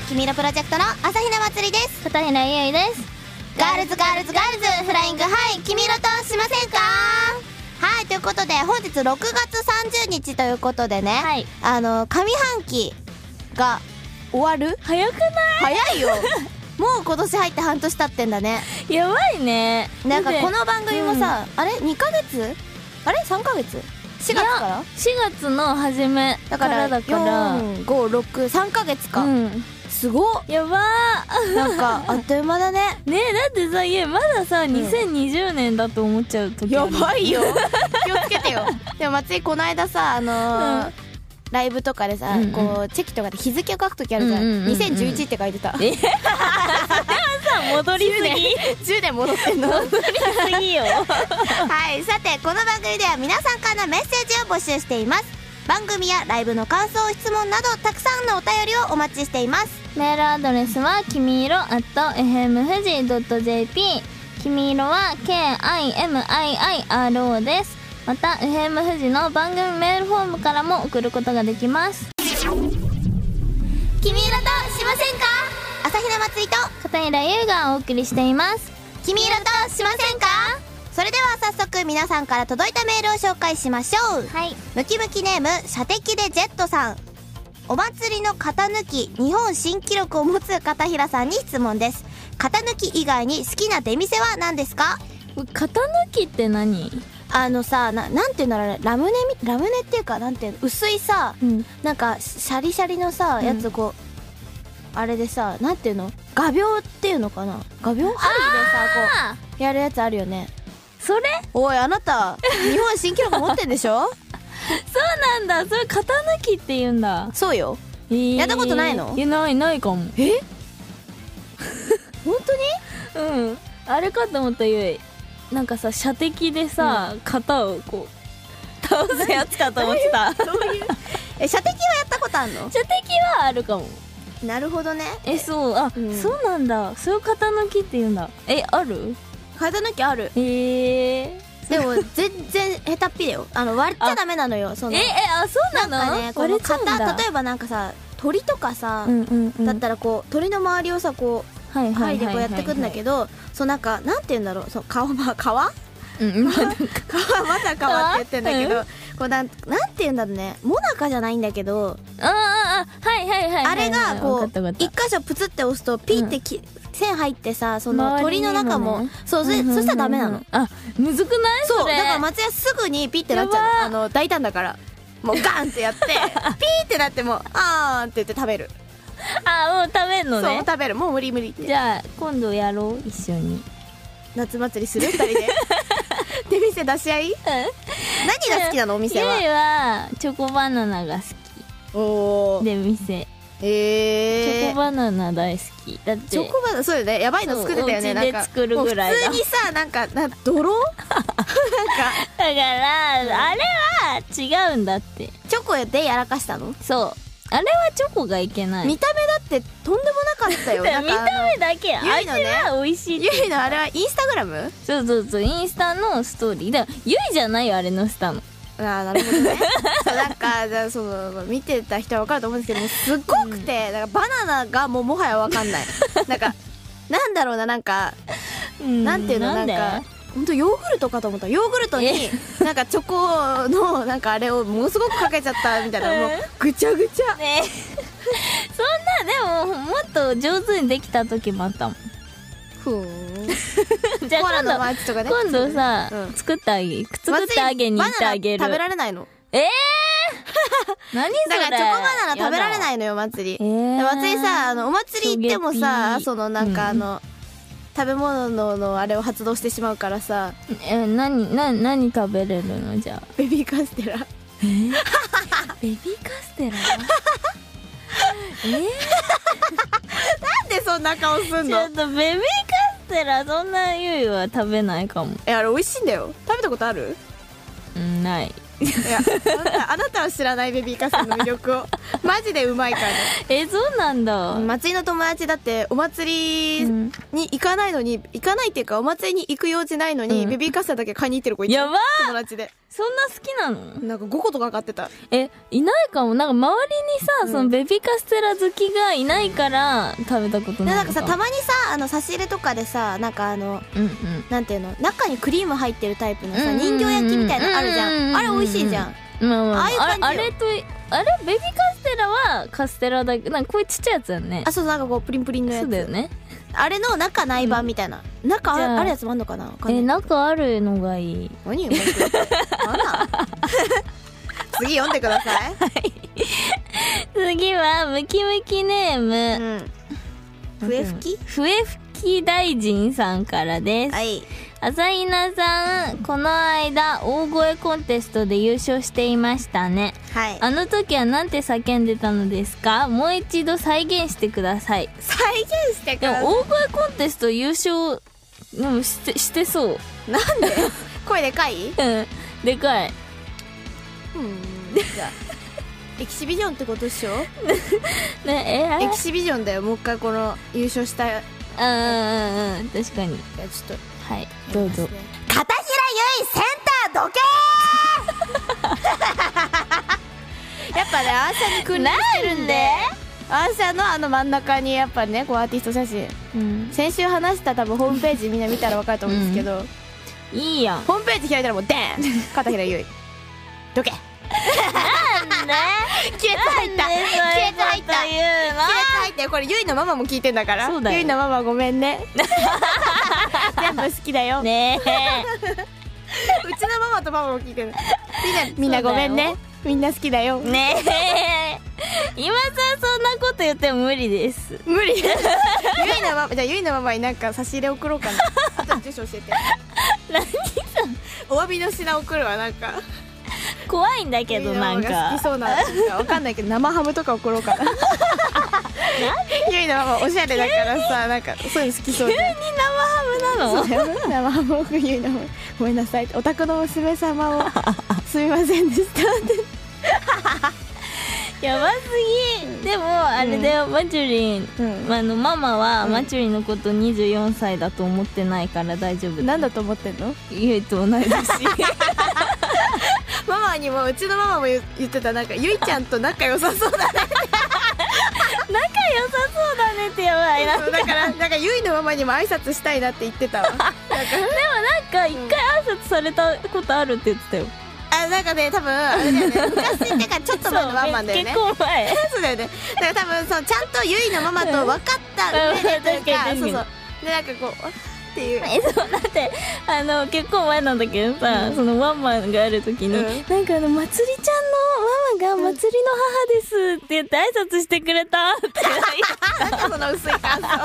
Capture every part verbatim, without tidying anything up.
君色プロジェクトの朝比奈まつりです。 片平ゆいです。 ガールズガールズガールズフライングハイ君色としませんか。はい、ということで本日ろくがつさんじゅうにちということでね、はい、あの上半期が終わる。 早くない？ 早いよもう今年入って半年経ってんだね。 やばいね。 なんかこの番組もさ、うん、あれにかげつあれさんかげつしがつからしがつの初めからだからよん、ご、ろく、さんかげつか、うん、すごっ。 やばーなんかあっという間だね。 ねえ、だってさ、いやまださ、うん、にせんにじゅうねんだと思っちゃう時ある。 やばいよ気をつけてよでも松井この間さ、あのーうん、ライブとかでさ、うんうん、こうチェキとかで日付を書くときあるじゃん、うんうんうんうん、にせんじゅういちって書いてた。え戻りすぎじゅうねん戻ってんの戻りすぎよはい、さてこの番組では皆さんからのメッセージを募集しています。番組やライブの感想、質問などたくさんのお便りをお待ちしています。 メールアドレスはきみいろ アット エフエムフジ ドット ジェーピー きみいろは ケーアイエムアイアイアールオー です。また エフエム フジの番組メールフォームからも送ることができます。 きみいろとしませんか。朝比奈まつりと片平優がお送りしています。 きみいろとしませんか。それでは早速皆さんから届いたメールを紹介しましょう。はい、ムキムキネーム射的でジェットさん。お祭りの型抜き日本新記録を持つ片平さんに質問です。型抜き以外に好きな出店は何ですか。 型抜きって何？ あのさ、な、なんていうんだろうね、ラムネみ、ラムネっていうか、なんていうの、薄いさ、うん、なんかシャリシャリのさ、やつこう、うん、あれでさ、なんていうの、画鋲っていうのかな、画鋲針でさ、こうやるやつあるよね。 それ？ おい、あなた日本新記録持ってんでしょそうなんだ。それ型抜きって言うんだ。 そうよ、えー、やったことないの？ いや、ないないかも。 え本当に？うん、あれかと思った。ゆいなんかさ、射的でさ、うん、型をこう倒すやつかと思ってたどういうえ、射的はやったことあんの？ 射的はあるかも。 なるほどね。 え、そう、あ、うん、そうなんだ。それを型抜きって言うんだ。え、ある？ 型抜きある。 へえー、 でも全然下手っぴだよ。あの割っちゃダメなのよ。そのええ、あ、そうなの？ なんかね、この型、例えばなんかさ、鳥とかさ、うんうんうん、だったらこう鳥の周りをさ、こう針でこうやってくんだけど、そうなんかなんて言うんだろう、そう皮、まあ皮、うん、まだ皮、まだ皮って言ってんだけど、こうなん、なんて言うんだろうね、モナカじゃないんだけど、 あああ、はいはいはい、 あれがこう一箇所プツって押すとピーってき、線入ってさ、その鳥の中も、そう、そしたらダメなの。 あ、むずくない？ そう、だから松屋すぐにピーってなっちゃう。あの大胆だからもうガンってやってピーってなってもあーんって言って食べる。 あ、もう食べんのね。 そう、食べる。もう無理無理って。 じゃあ今度やろう、一緒に夏祭りする？ふたりで出店出し合い、うん、何が好きなの？お店は。 ゆいはチョコバナナが好き。おー、出店。えー、チョコバナナ大好き。だってチョコバナナ、そうよね、やばいの作ってたよね。 なんか作るぐらい普通にさ、なんかな泥なんかだから、うん、あれは違うんだって。 チョコでやらかしたの？ そう、あれはチョコがいけない。 見た目だってとんでもなかったよ。 見た目だけ、味は美味しい。 ゆいのあれはインスタグラム？ そうそうそう、インスタのストーリーだ。ゆいじゃないよ、あれのスタの。 ああ、なるほどねそう、なんかじゃあその見てた人は分かると思うんですけども、すっごくて、なんかバナナがもうもはや分かんないなんかなんだろうな、なんかなんていうの、なんかほんとヨーグルトかと思った。ヨーグルトになんかチョコのなんかあれをものすごくかけちゃったみたいな、もうぐちゃぐちゃねそんな、でももっと上手にできた時もあったもん。ふーんじゃあ今度、ね、今度さ、うん、作ってあげ作ってあげに行ってあげる。 食べられないの？ ええー何それ。 だからチョコバナナ食べられないのよ、祭り。えー、祭りさ、あのお祭り行ってもさ、そのなんかあの、うん、食べ物 の, のあれを発動してしまうからさ。 え、何な何食べれるの？じゃあベビーカステラ。 えー、ベビーカステラえー、なんでそんな顔すんの？ ちょっとベビーカステラそんなゆいは食べないかも。 え、あれ美味しいんだよ。食べたことある？ うん、ない。 いや、あなた、あなたは知らないベビーカステラの魅力をマジでうまいからね。 え、そうなんだ。 祭りの友達だってお祭りに行かないのに、行かないっていうかお祭りに行く用事ないのに、 うんベビーカステラだけ買いに行ってる子いた。 やばー、 友達で。 そんな好きなの？ なんかごことか買ってた。 え、いないかも。なんか周りにさ、 うんそのベビーカステラ好きがいないから食べたことないのか。 でなんかさ、たまにさ、あの差し入れとかでさ、なんかあの、 うんうん。 なんていうの、中にクリーム入ってるタイプのさ、 うんうんうん人形焼きみたいなのあるじゃうんうんうんん。あれ美味しいじゃん。 まあまあ、 ああいう感じよあれあれと、あれベビーカステラはカステラだけど、なんかこういうちっちゃいやつだよね。 あ、そう、なんかこうプリンプリンのやつ。 そうだよね。 あれの中ない版みたいな。中じゃあああるやつもあんのかな、わかんえ、 ない。 中あるのがいい。 何よ、なんなん次読んでください。 次は、ムキムキネーうム、 ん。笛吹き笛吹き大臣さんからです。 はい。 朝比奈さん、この間、大声コンテストで優勝していましたね。 はい。 あの時はなんて叫んでたのですか？もう一度再現してください。 再現してくでださい。 も、大声コンテスト優勝、でもして、してそう。 なんで声でかい？ うん。でかい。 うん。じゃあエキシビジョンってことっしょ？ ね、えー、 エキシビジョンだよ。もう一回この優勝した。いや、 うんうんうん、確かに。 ちょっと。 はい、どうぞ。 片平優衣センターどけーやっぱね、アーシャに君臨してるんで、アーシャのあの真ん中にやっぱね、こうアーティスト写真、 うん。 先週話した多分ホームページみんな見たら分かると思うんですけど、 いいやん。 ホームページ開いたらもうデーン片平優衣どけなんで亀裂入ったなんでそういう亀裂入ったこと言うの？ 亀裂入ったよ。これゆいのママも聞いてんだから。 そうだよゆいのママごめんね全部好きだよ。 ねえ。 うちのママとパパも聞いてる。みんなみんなごめんね。みんな好きだよ。 ねえ。今さ、そんなこと言っても無理です。 無理ゆいのママ、じゃあゆいのママになんか差し入れ送ろうかな。あと住所教えて。 何さ、 お詫びの品送るわ。なんか怖いんだけど、なんゆいのママが好かき。そうな、なんかわかんないけど生ハムとか送ろうかなゆいのママおしゃれだからさ、なんかそういうの好きそうで。 急に生ハムなの？ そうだよ生ハム送るゆいのママごめんなさい、お宅の娘様をすみませんでしたやばすぎ。でも、あれだよ、マチュリン。 うんあの、ママは、 うんマチュリンのことにじゅうよんさいだと思ってないから大丈夫。 なんだと思ってんの？ ゆいと同い年。 ママにも、うちのママも言言ってた。なんかゆいちゃんと仲良さそうだね仲良さそうだねってやばいな。 そうだからなんかゆいのママにも挨拶したいなって言ってたわ。なんかでもなんか一回挨拶されたことあるって言ってたよ。 あ、なんかね、多分あれだよね、昔ってかちょっと前のママだよね。 そう結構前。 そうだよね。だから多分そのちゃんとゆいのママと分かった上でというか、 うんそうそうでなんかこうっていう。 え、そうだってあの結構前なんだけどさ、 うんそのワンマンがある時に、 うんなんかあのまつりちゃんのママがまつりの母ですって言って挨拶してくれたってなんかその薄い感想。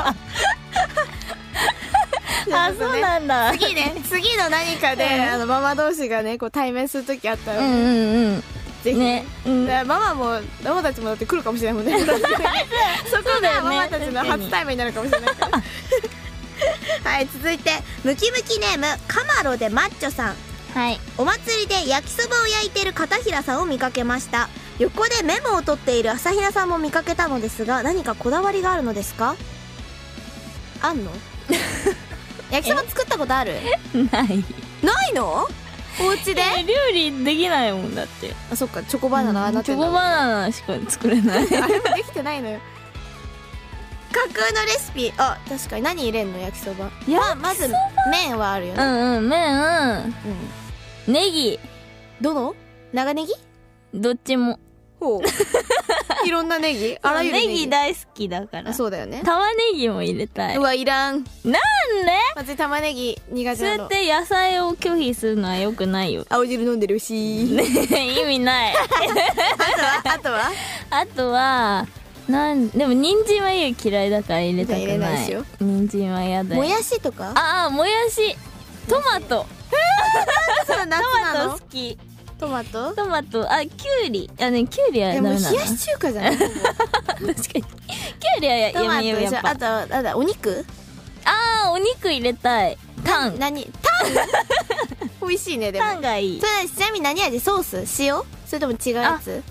あ、そうなんだ。 次ね、次の何かで、あのママ同士がねこう対面する時あったら、 うんうんうん。 ぜひね、うんだからママもママたちもだって来るかもしれないもんね。そこがママたちの初対面になるかもしれないから。はい、続いてムキムキネームカマロでマッチョさん。 はい。 お祭りで焼きそばを焼いている片平さんを見かけました。横でメモを取っている朝比奈さんも見かけたのですが、何かこだわりがあるのですか？あんの？焼きそば作ったことある？ ない。 ないの？お家で？ え、料理できないもんだって。 あ、そっか、チョコバナナ、 チョコバナナしか作れない。 あれもできてないのよ。架空のレシピ。あ、確かに何入れんの？焼きそば。ままず麺はあるよね。 うんうん、麺、 うん。 ネギ、 どの？長ネギ？ どっちも。 ほう。いろんなネギ？あらゆるネギ。 ネギ大好きだから。 あ、そうだよね。 玉ねぎも入れたい。 うわ、いらん。 なんで？ 私玉ねぎ苦そう手なの。 やって野菜を拒否するのは良くないよ。 青汁飲んでるし。 ね意味ない。 あとは？あとは？ あとは、なんでも人参は嫌いだから入れたくない。 入れないでしょ。 人参は嫌だよ。 もやしとか？ ああ、もやし。トマト。 それ夏トマなの？ ト好き。 トマト？ トマト、あ、キュウリ。あ、ね、キュウリはでも冷ダメなの。 やし中華じゃない？ 確かに。キュウリはやトマトめよう、 でしょ。 やっぱ。 あとなんだお肉？ あー、お肉入れたい。タン。 何？タン？美味しいねでも。 タンがいいそ。れちなみに何味？ソース？塩？それとも違うやつ？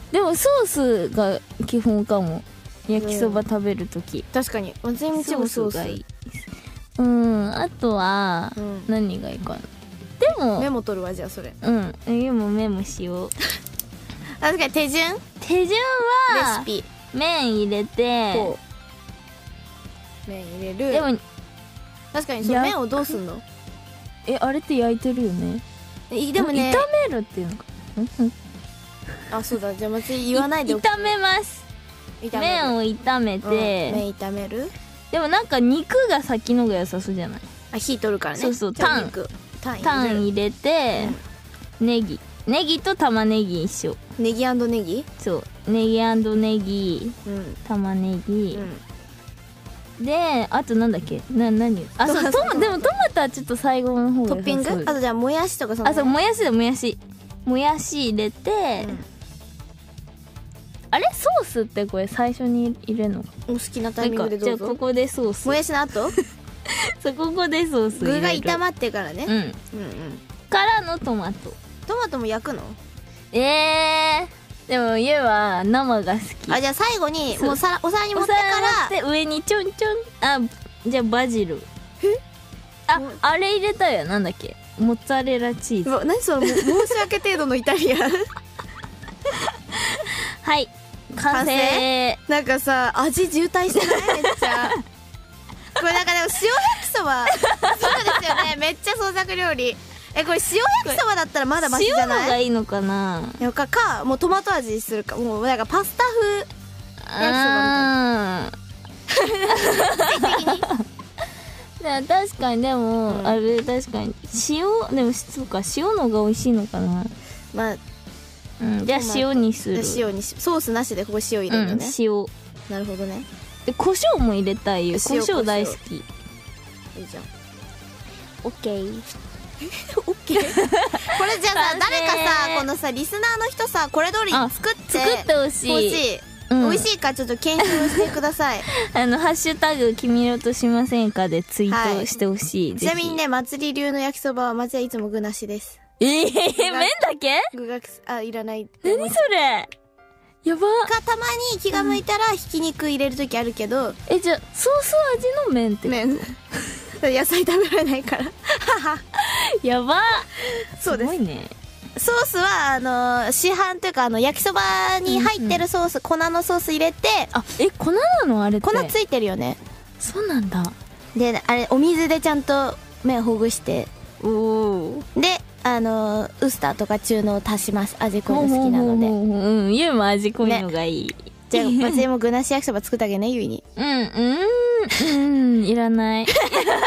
でもソースが基本かも。焼きそば食べるとき、 確かに全部ソースがいい。 うん、あとは、うん、何がいいかな。でもメモ取るわ、じゃあそれ。 うん、でもメモしよう。 確かに手順手順はレシピ、 麺入れて、 麺入れる。でも確かにその麺をどうすんの？ え、あれって焼いてるよね。 でもね、 炒めるっていうのか。 あ、そうだ、じゃあ松井言わないでおく。 炒めます。麺を炒めて、うん、 麺炒める。 でもなんか肉が先のが良さそうじゃない？ あ、火取るからね。 そうそう、タンタン入れて、うん、ネギネギと玉ねぎ一緒。 ネギ&ネギ？ そう、ネギ&ネギ、うん、玉ねぎ、うん、で、あとなんだっけ、な、何？あ、そう、トマでもトマトはちょっと最後の方がトッピング？あとじゃあもやしとかその。 あ、そう、もやしだ、もやしもやし入れて、うん、あれソースってこれ最初に入れるの？ お好きなタイミングでどうぞ。 じゃあここでソース。 もやしの後？ そう、ここでソース入れる。 具が炒まってからね。うん。うんうん。 からのトマト。 トマトも焼くの？ えー。でも家は生が好き。 あ、じゃあ最後にもうさお皿に盛ってからで上にちょんちょん。あ、じゃあバジル。え？あ、あれ入れたよ。なんだっけ？モッツァレラチーズ。 何その申し訳程度のイタリアン。 はい。完成。 なんかさ、味渋滞してない？めっちゃ。これなんかでも塩焼きそば。そうですよね。めっちゃ創作料理。え、これ塩焼きそばだったらまだマシじゃない？ 塩のがいいのかな。 いやかかもうトマト味するか、もうなんかパスタ風焼きそばみたいな。 確かにでも、うん、あれ確かに塩でもそうか、塩のが美味しいのかな。 まあ、 うん、じゃあ塩にする。 塩にし、ソースなしでここ塩入れるのね。 うん、塩。 なるほどね。 で胡椒も入れたいよ。胡椒大好き。いいじゃん。 オッケー。 オッケー。これじゃあさ、誰かさ、このさリスナーの人さ、これ通り作って作ってほしい。 欲しい。うん、美味しいかちょっと検証してください。 あのハッシュタグ君色としませんかでツイートしてほしい、はい、 ちなみにね、祭り流の焼きそばは松はいつも具なしです。 えー、麺だけ？ 具があいらない。 何それ、やば。 かたまに気が向いたらひき肉入れるときあるけど、うん、 え、じゃあソース味の麺って麺野菜食べられないから。 やば。 そうです。 すごいね。 ソースはあのー、市販というかあの焼きそばに入ってるソース、うんうん、粉のソース入れて。 あ、え、粉なのあれって？ 粉ついてるよね。 そうなんだ。 で、あれお水でちゃんと麺ほぐして、 おであのー、ウスターとか中濃を足します。味濃いの好きなので。 うん、ゆうも味濃いのがいい、ね、 じゃあ松井も具なし焼きそば作ってあげね、ゆいに。 うんうんうん、いらない。 それでは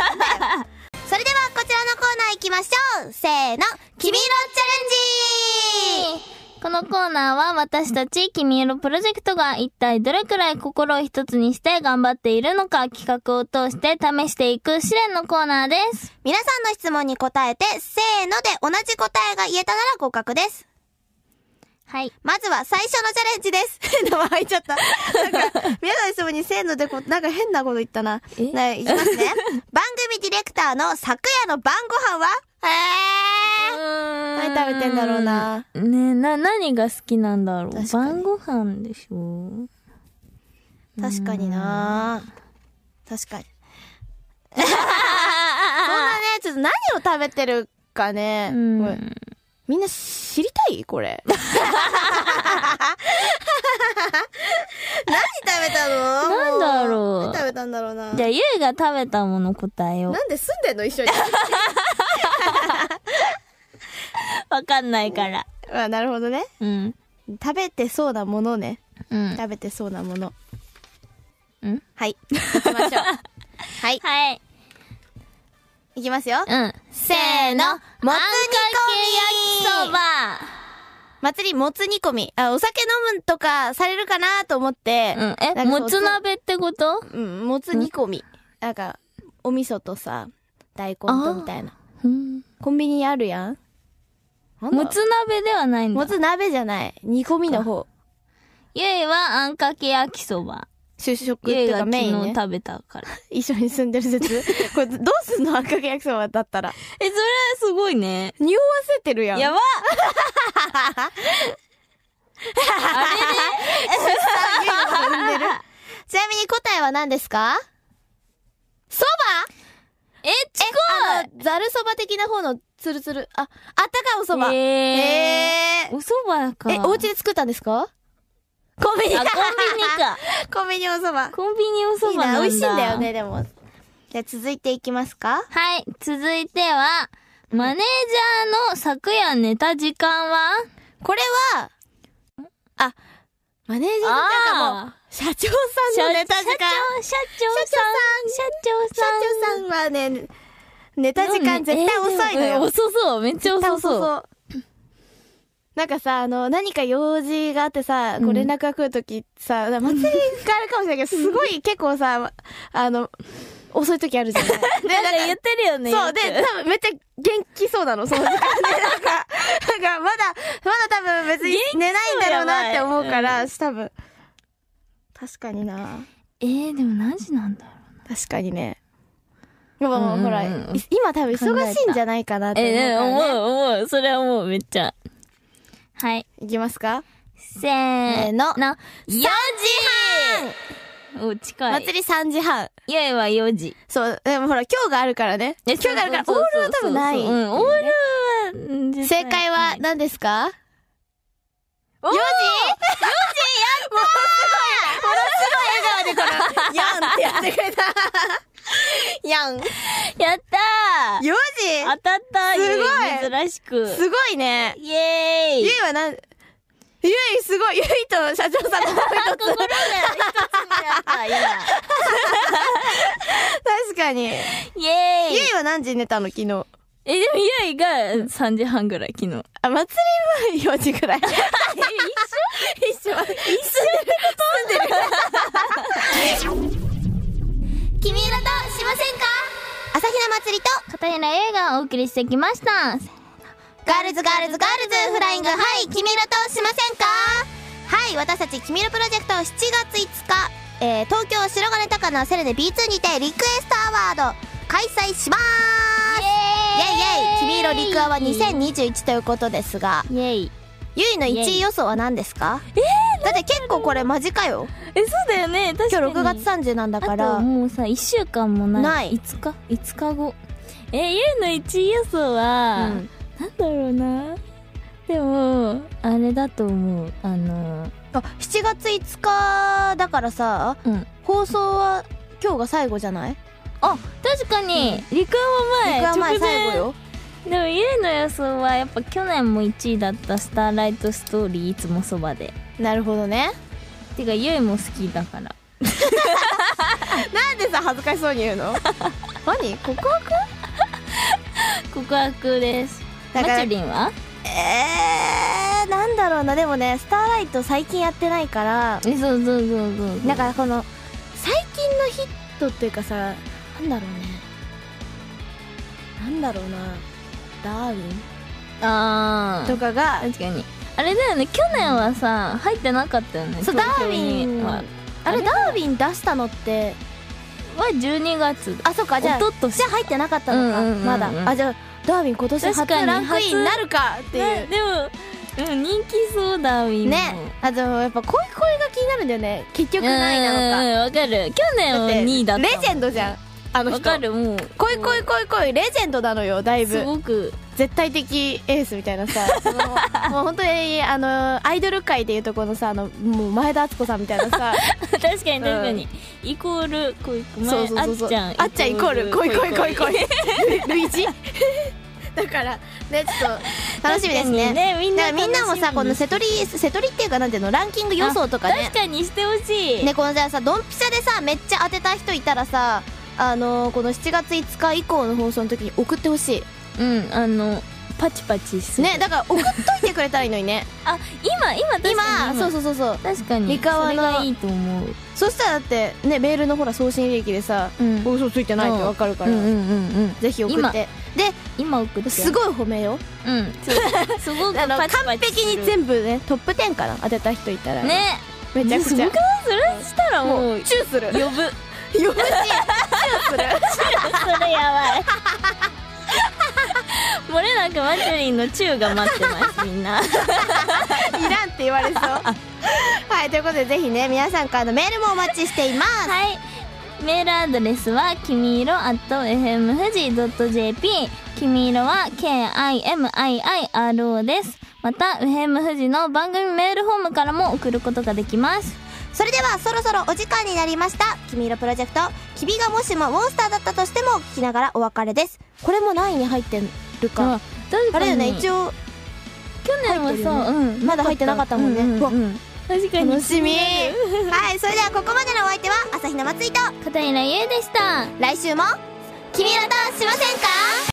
こちらのコーナー行きましょう。せーの、君色チャレンジ。 このコーナーは私たち君色プロジェクトが一体どれくらい心を一つにして頑張っているのか、企画を通して試していく試練のコーナーです。 皆さんの質問に答えてせーので同じ答えが言えたなら合格です。 はい。 まずは最初のチャレンジです。名前入っちゃった。なんか、皆さんの質問にせーのでこ、なんか変なこと言ったな。ね、いきますね。番組ディレクターの昨夜の晩ご飯は？えー。何食べてんだろうな。 ねえ、な、何が好きなんだろう。晩ご飯でしょ。 確かにな。確かに。そんなね、ちょっと何を食べてるかね。これみんな知りたい？これ。何食べたの？ なんだろう。 何食べたんだろうな。 じゃあ、ゆうが食べたもの答えよう。 なんで住んでんの一緒に。 わかんないから。 あ、なるほどね。 うん。 食べてそうなものね。 うん。 食べてそうなもの。 ん？ はい。行きましょう。はい。 はい。 いきますよ。 うん。 せーの。もつ煮込み焼きそば。 祭りもつ煮込み。あ、お酒飲むとかされるかなと思って。 うん。え、もつ鍋ってこと？ うん、もつ煮込み。なんか、お味噌とさ、大根とみたいな。 うん。 コンビニにあるやん。 もつ鍋ではないんだ。 もつ鍋じゃない。煮込みの方。 ゆいはあんかけ焼きそば。 主食っていうかメインね。 ゆいが昨日食べたから。 一緒に住んでる説。これどうすんの？あんかけ焼きそばだったら。 え、それすごいね。 匂わせてるやん。 やばあれ出産言語を踏んでる。ちなみに答えは何ですか？そば？ え、近い。 あの、ざるそば的な方のつるつる。あ、あったかいおそば。 へー。 えー。 お蕎麦か。 え、お家で作ったんですか？コンビニあ、コンビニか。 コンビニお蕎麦。 コンビニお蕎麦なんだ。 いいな、美味しいんだよね、でも。じゃあ続いていきますか？ はい、続いては、マネージャーの昨夜寝た時間は？ これは、あ、マネージャーなんかもう、社長さんのネタ時間。 社長、社長さん、社長社さん。 長さんはね、ネタ時間絶対遅いのよ。 えー遅そう、めっちゃ遅そう。 そう。なんかさ、あの、何か用事があってさ、こう連絡が来るときさ、祭りがあるかもしれないけど、すごい結構さ、あの、遅いときあるじゃない。で、 なんか言ってるよね。 そう、で、多分めっちゃ元気そうなの、その時間で。なんか、なんかまだ、まだ多分別に寝ないんだろうなって思うから、多分。確かにな。 えー、でも何時なんだろうな。 確かにね。でも、 うんうんうんほら、今多分忙しいんじゃないかなって思うから、ね。 えー、思う、思う。それはもうめっちゃ。はい。 いきますか？ せーの。の。よじお、近い。 祭りさんじはん。 いやいはよじ。 そう、でもほら、今日があるからね。今日があるから、オールは多分ない。 うん、オールは、 正解は何ですか？よじ ?よじ やったー！ものすごい、ものすごい笑顔でこの、やんってやってくれた。やん。 やったー！ よじ当たったすごいゆい珍しく。 すごいね。 イエーイゆいはなん、ゆいすごい、ゆいと社長さんの心一つ。 心が一つになった、今。 確かに。 イエーイゆいは何時に寝たの昨日。 え、でもゆいがさんじはんぐらい、昨日。 あ、祭りはよじぐらい。一緒一緒。一緒ってこと住んでる。君色としませんか？朝日奈祭りと片平優がお送りしてきました。 ガールズガールズガールズフライング、はい、君色としませんか？はい、私たち君色プロジェクトしちがついつか、えー、東京白金高輪セレネ ビーツー にてリクエストアワード開催しまーす。イェイイェイ、君色リクアワにせんにじゅういちということですが、 イェイ。 ゆいのいちい予想は何ですか？えー、だって結構これ間近よ。 え、そうだよね。確かに。 今日ろくがつさんじゅうなんだかあとら。 もうさ、いっしゅうかんもない。 ないいつか ?いつかご。え、ゆいのいちい予想は、 うんなんだろうな。でも、あれだと思う。あの、 あ、しちがついつかだからさ、 うん。 放送は今日が最後じゃない？ あ、確かに、リクアワ前。 リクア前直前最後よ。 でも、ゆいの予想はやっぱ去年もいちいだったスターライトストーリーいつもそばで。 なるほどね。 てか、ゆいも好きだから。 なんでさ、恥ずかしそうに言うの？何？告白？ 告白です。マだからチュリンはえー、なんだろうな。でもね、スターライト最近やってないから、 え、そうそうそうそう。 なんかこの最近のヒットっていうかさ、なんだろうね、なんだろうな、ダーウィンあー。 とかが、 確かに。あれだよね、去年はさ、入ってなかったよね。 そう、ダ東京ーウィンには。 あれダーウィン出したのってはじゅうにがつ。 あ、そっか、じゃあおととしじゃあ入ってなかったのか、 うんうんうんうんまだ。あ、じゃあダーウィン今年初確かにランクインになるかっていう。 ねでも、うん、人気そうダーウィンも。 ね、あ、でもやっぱ恋恋が気になるんだよね。結局ないなのか。 うん、わかる。去年はだってにいだったもん。 レジェンドじゃん、あの人。 わかる、もう。 恋恋恋恋レジェンドなのよ、だいすぶごく。 絶対的エースみたいなさ、そのもう本当にあのアイドル界でいうとこのさ、あのもう前田敦子さんみたいなさ確かに確かに。イコール恋恋。 そうそうそうそう、 あっちゃん。 あっちゃんイコール恋恋恋恋類似だからね、ちょっと楽しみですね。 ね、みんなだからみんなもさ、この瀬戸り瀬戸りっていうか、なんていうの、ランキング予想とかね、 確かにしてほしい。 ね、このじゃあさ、ドンピシャでさめっちゃ当てた人いたらさ、あのー、このしちがついつか以降の放送の時に送ってほしうん、あの、パチパチする。 いね。だから送っといてくれたらいいのにねあ、今、今、確かに今、そうそうそうそう、 確かに。 リカワのそれがいいと思う。 そしたらだってね、メールのほら送信履歴でさ、 うん。 嘘ついてないってわかるから、 うんうんうんうん。 ぜひ送って。で、 今送って。 すごい褒めよう。 うん。そうすごくあのパチパチする。 完璧に全部ね、トップじゅうかな、当てた人いたらね。 めちゃくちゃすごくない？それしたらもう、 チューする、 呼ぶ。 呼ぶしチューするそれやばい。 漏れなくマチュリンのチューが待ってますみんな。 いらんって言われそう。はい、ということでぜひね皆さんからのメールもお待ちしています。 はい、メールアドレスはきみいろ アット エフエム フジ ドット ジェーピー、 きみいろは ケーアイエムアイアイアールオー です。また エフエム フジの番組メールフォームからも送ることができます。 それではそろそろお時間になりました。きみいろプロジェクト、君がもしもモンスターだったとしても聞きながらお別れです。これも何位に入ってるか。あれよね、一応去年もそう、うん、 まだ入ってなかったもんね。 うんうんうん、確かに楽しみ。はい、それではここまでのお相手は朝日奈まついと片平優でした。 来週も君らとしませんか。